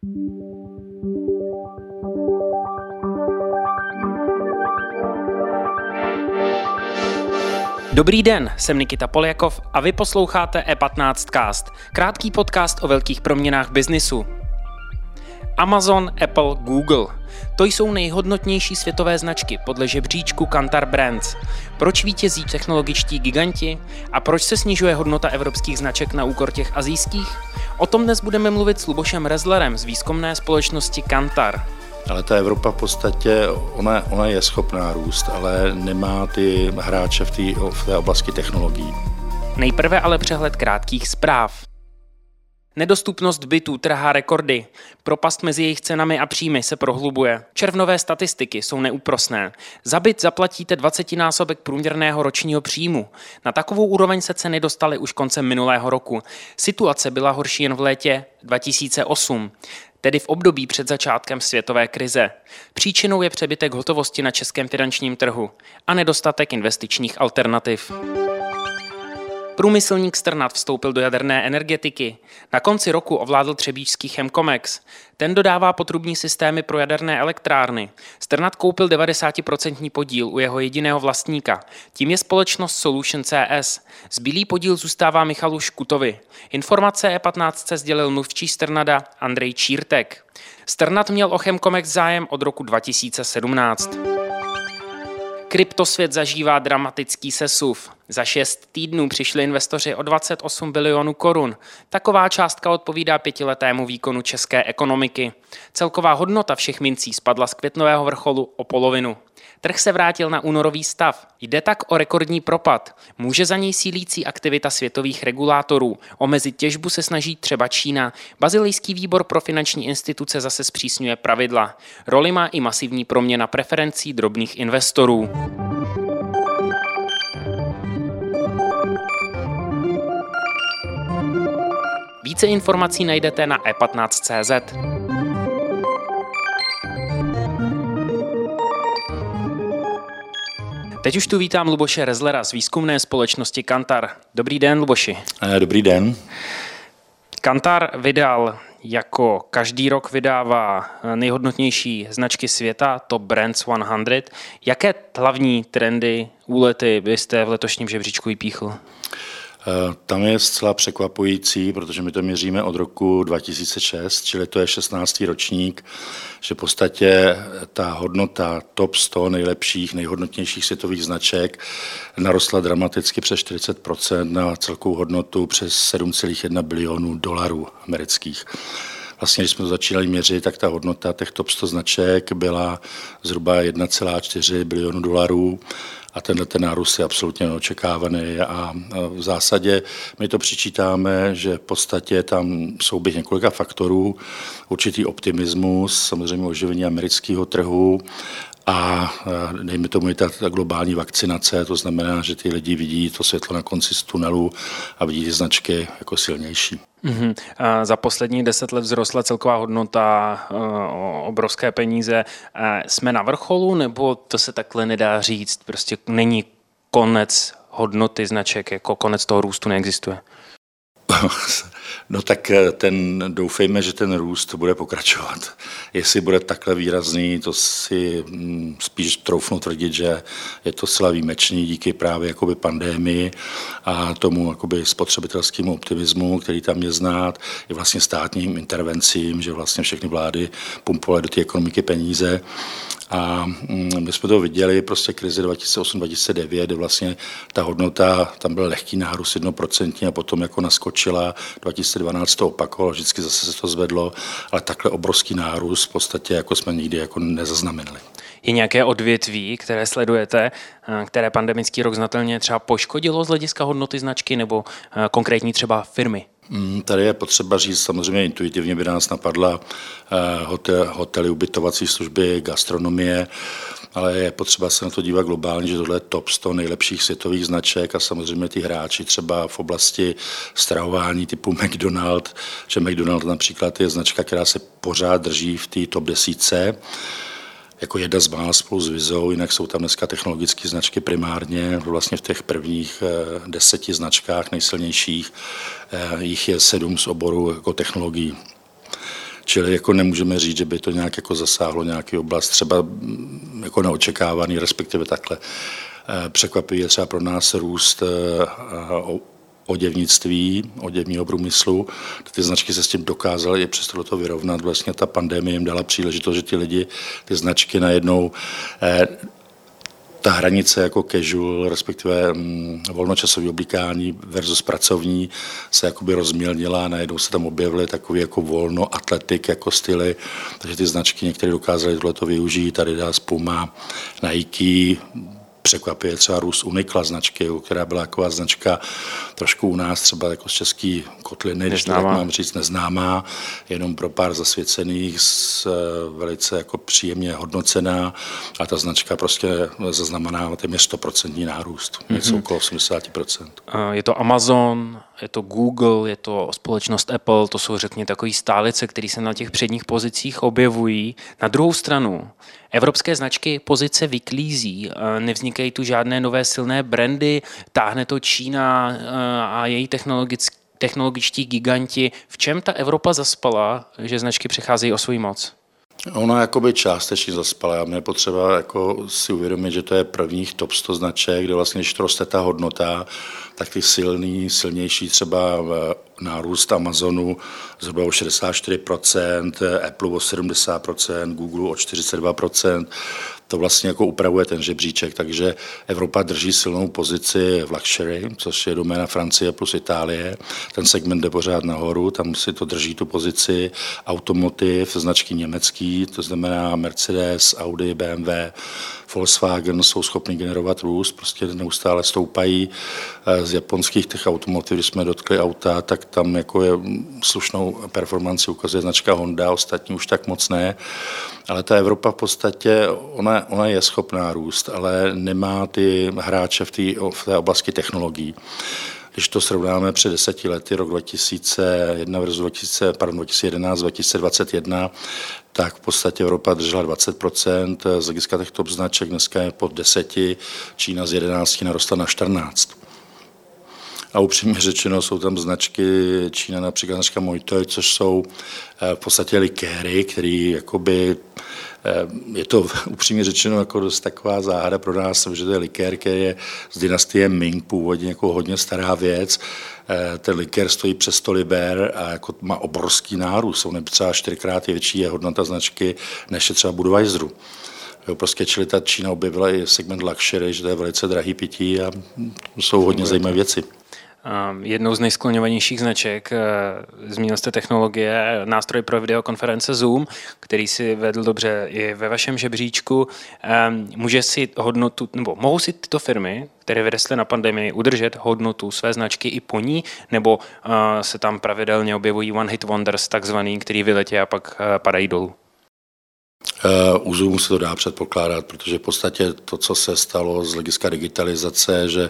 Dobrý den, jsem Nikita Poljakov a vy posloucháte E15cast, krátký podcast o velkých proměnách biznisu. Amazon, Apple, Google. To jsou nejhodnotnější světové značky podle žebříčku Kantar Brands. Proč vítězí technologičtí giganti a proč se snižuje hodnota evropských značek na úkor těch asijských? O tom dnes budeme mluvit s Lubošem Rezlerem z výzkumné společnosti Kantar. Ale ta Evropa v podstatě, ona je schopná růst, ale nemá ty hráče v té oblasti technologií. Nejprve ale přehled krátkých zpráv. Nedostupnost bytů trhá rekordy. Propast mezi jejich cenami a příjmy se prohlubuje. Červnové statistiky jsou neúprosné. Za byt zaplatíte 20násobek průměrného ročního příjmu. Na takovou úroveň se ceny dostaly už koncem minulého roku. Situace byla horší jen v létě 2008. Tedy v období před začátkem světové krize. Příčinou je přebytek hotovosti na českém finančním trhu a nedostatek investičních alternativ. Průmyslník Strnad vstoupil do jaderné energetiky. Na konci roku ovládl třebíčský Chemcomex. Ten dodává potrubní systémy pro jaderné elektrárny. Strnad koupil 90% podíl u jeho jediného vlastníka. Tím je společnost Solution CS. Zbylý podíl zůstává Michalu Škutovi. Informace E15 sdělil mluvčí Strnada Andrej Čírtek. Strnad měl o Chemcomex zájem od roku 2017. Kryptosvět zažívá dramatický sesuv. Za 6 týdnů přišli investoři o 28 bilionů korun. Taková částka odpovídá 5letému výkonu české ekonomiky. Celková hodnota všech mincí spadla z květnového vrcholu o polovinu. Trh se vrátil na únorový stav. Jde tak o rekordní propad. Může za něj sílící aktivita světových regulátorů. Omezit těžbu se snaží třeba Čína. Basilejský výbor pro finanční instituce zase zpřísňuje pravidla. Roli má i masivní proměna preferencí drobných investorů. Více informací najdete na e15.cz. Teď už tu vítám Luboše Rezlera z výzkumné společnosti Kantar. Dobrý den, Luboši. Dobrý den. Kantar vydal, jako každý rok vydává nejhodnotnější značky světa, Top Brands 100. Jaké hlavní trendy, úlety byste v letošním žebříčku vypíchl? Tam je zcela překvapující, protože my to měříme od roku 2006, čili to je 16. ročník, že v podstatě ta hodnota top 100 nejhodnotnějších světových značek narostla dramaticky přes 40% na celkovou hodnotu přes 7,1 bilionů dolarů amerických. Vlastně, když jsme to začínali měřit, tak ta hodnota těch top 100 značek byla zhruba 1,4 bilionu dolarů. A ten nárůst je absolutně neočekávaný a v zásadě my to přičítáme, že v podstatě tam souběh několika faktorů, určitý optimismus, samozřejmě oživení amerického trhu a dejme tomu i ta globální vakcinace, to znamená, že ty lidi vidí to světlo na konci z tunelu a vidí ty značky jako silnější. A za poslední 10 let vzrostla celková hodnota o obrovské peníze. Jsme na vrcholu, nebo to se takhle nedá říct? Prostě není konec hodnoty značek, jako konec toho růstu neexistuje. No tak doufejme, že ten růst bude pokračovat. Jestli bude takhle výrazný, to si spíš troufnu tvrdit, že je to zcela výjimečný díky právě jakoby pandémii a tomu jakoby spotřebitelskému optimismu, který tam je znát, i vlastně státním intervencím, že vlastně všechny vlády pumpovaly do té ekonomiky peníze. A my jsme to viděli, prostě krizi 2008-2009, kde vlastně ta hodnota, tam byl lehký nárůst 1% a potom jako naskočila, 2012 to opakovalo, vždycky zase se to zvedlo, ale takhle obrovský nárůst v podstatě jako jsme nikdy jako nezaznamenali. Je nějaké odvětví, které sledujete, které pandemický rok znatelně třeba poškodilo z hlediska hodnoty značky nebo konkrétní třeba firmy? Tady je potřeba říct, samozřejmě intuitivně by nás napadla hotely, ubytovací služby, gastronomie, ale je potřeba se na to dívat globálně, že tohle je top 100 nejlepších světových značek a samozřejmě ty hráči třeba v oblasti stravování typu McDonald's, že McDonald's například je značka, která se pořád drží v té top 10, jako jedna z mála spolu s Vizou, jinak jsou tam dneska technologické značky primárně, vlastně v těch prvních 10 značkách nejsilnějších, jich je 7 z oboru jako technologií. Čili jako nemůžeme říct, že by to nějak jako zasáhlo nějaký oblast, třeba jako neočekávaný, respektive takhle. Překvapivý je třeba pro nás růst oděvnictví, oděvního průmyslu. Ty značky se s tím dokázaly i přesto to vyrovnat. Vlastně ta pandemie jim dala příležitost, že ti lidi, ty značky najednou ta hranice jako casual, respektive volnočasový oblíkání versus pracovní se jakoby rozmělnila a najednou se tam objevily takový jako volno atletik jako styly, takže ty značky některé dokázaly tohleto využít, Adidas, Puma, Nike, překvapuje třeba růst Uniqla značky, která byla taková značka trošku u nás třeba jako z český kotliny, když to tak mám říct, neznámá, jenom pro pár zasvěcených, velice jako příjemně hodnocená a ta značka prostě zaznamená téměř 100% nárůst, něco okolo 80%. Je to Amazon, je to Google, je to společnost Apple, to jsou řekněme takový stálice, které se na těch předních pozicích objevují. Na druhou stranu evropské značky pozice vyklízí, nevznikají tu žádné nové silné brandy, táhne to Čína a její technologičtí giganti. V čem ta Evropa zaspala, že značky přecházejí o svou moc? Ona jakoby částečně zaspala. Mě je potřeba jako si uvědomit, že to je prvních top 100 značek, kde vlastně, když to roste ta hodnota, tak ty silnější třeba nárůst Amazonu zhruba o 64%, Apple o 70%, Google o 42%. To vlastně jako upravuje ten žebříček, takže Evropa drží silnou pozici v luxury, což je doména Francie plus Itálie. Ten segment jde pořád nahoru, tam si to drží tu pozici. Automotiv, značky německý, to znamená Mercedes, Audi, BMW, Volkswagen jsou schopni generovat růst, prostě neustále stoupají. Z japonských těch automotiv, když jsme dotkli auta, tak tam jako je slušnou performanci ukazuje značka Honda, ostatní už tak moc ne. Ale ta Evropa v podstatě, ona je schopná růst, ale nemá ty hráče v té oblasti technologií. Když to srovnáme před 10 lety, rok 2001 versus 2011, 2021, tak v podstatě Evropa držela 20%, z hlediska těch top značek dneska je pod 10, Čína z 11 narostla na 14. A upřímně řečeno jsou tam značky, Čína například značka Mojtoj, což jsou v podstatě likéry, který jakoby, je to upřímně řečeno jako dost taková záhada pro nás, že to je likér, který je z dynastie Ming, původně jako hodně stará věc. Ten likér stojí přes 100 liber a jako má obrovský nárůst, jsou třeba 4x větší je hodnota značky než je třeba Budweiseru. Jo, prostě čili ta Čína objevila i segment luxury, že to je velice drahý pití a jsou hodně zajímavé věci. Jednou z nejskloňovanějších značek, zmínil jste technologie, nástroj pro videokonference Zoom, který si vedl dobře i ve vašem žebříčku. Může si hodnotu, nebo mohou si tyto firmy, které vyrostly na pandemii, udržet hodnotu své značky i po ní, nebo se tam pravidelně objevují one-hit wonders takzvaný, který vyletí a pak padají dolů? U Zoomu se to dá předpokládat, protože v podstatě to, co se stalo z hlediska digitalizace, že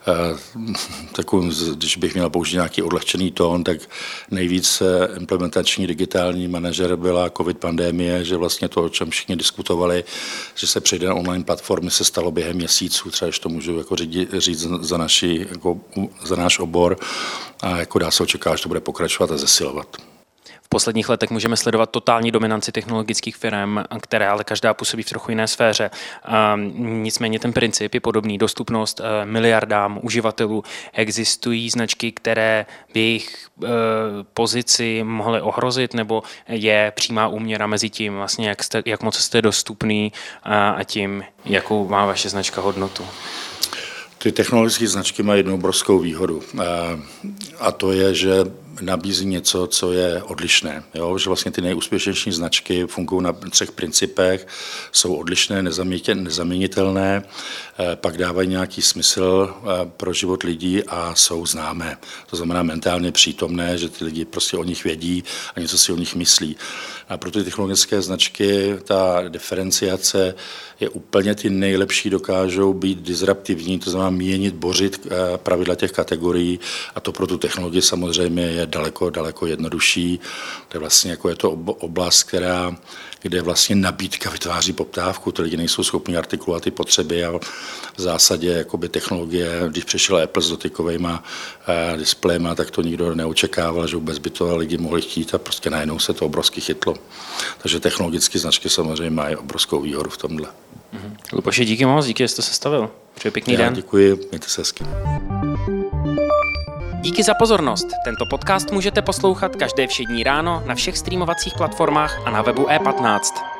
když bych měl použít nějaký odlehčený tón, tak nejvíc implementační digitální manažer byla covid pandemie, že vlastně to, o čem všichni diskutovali, že se přejde na online platformy, se stalo během měsíců, třeba když to můžu jako říct za náš obor, a jako dá se očekávat, že to bude pokračovat a zesilovat. V posledních letech můžeme sledovat totální dominanci technologických firm, které ale každá působí v trochu jiné sféře. Nicméně ten princip je podobný. Dostupnost miliardám uživatelů. Existují značky, které by jejich pozici mohly ohrozit, nebo je přímá úměra mezi tím, vlastně jak moc jste dostupný a tím, jakou má vaše značka hodnotu? Ty technologické značky mají jednu obrovskou výhodu a to je, že nabízí něco, co je odlišné. Jo? Že vlastně ty nejúspěšnější značky fungují na 3 principech, jsou odlišné, nezaměnitelné, pak dávají nějaký smysl pro život lidí a jsou známé. To znamená mentálně přítomné, že ty lidi prostě o nich vědí a něco si o nich myslí. A pro ty technologické značky ta diferenciace je úplně ty nejlepší, dokážou být disruptivní, to znamená měnit, bořit pravidla těch kategorií a to pro tu technologii samozřejmě je daleko jednodušší. To je vlastně jako je to oblast, kde vlastně nabídka vytváří poptávku. Ty lidi nejsou schopni artikulovat ty potřeby a v zásadě jakoby technologie, když přišel Apple s dotykovejma displejema, tak to nikdo neočekával, že vůbec by to lidi mohli chtít a prostě najednou se to obrovsky chytlo. Takže technologické značky samozřejmě mají obrovskou výhodu v tomhle. Luboši, díky moc, díky, že jste se stavil. Přeji pěkný den. Děkuji, mějte se hezky. Díky za pozornost. Tento podcast můžete poslouchat každé všední ráno na všech streamovacích platformách a na webu E15.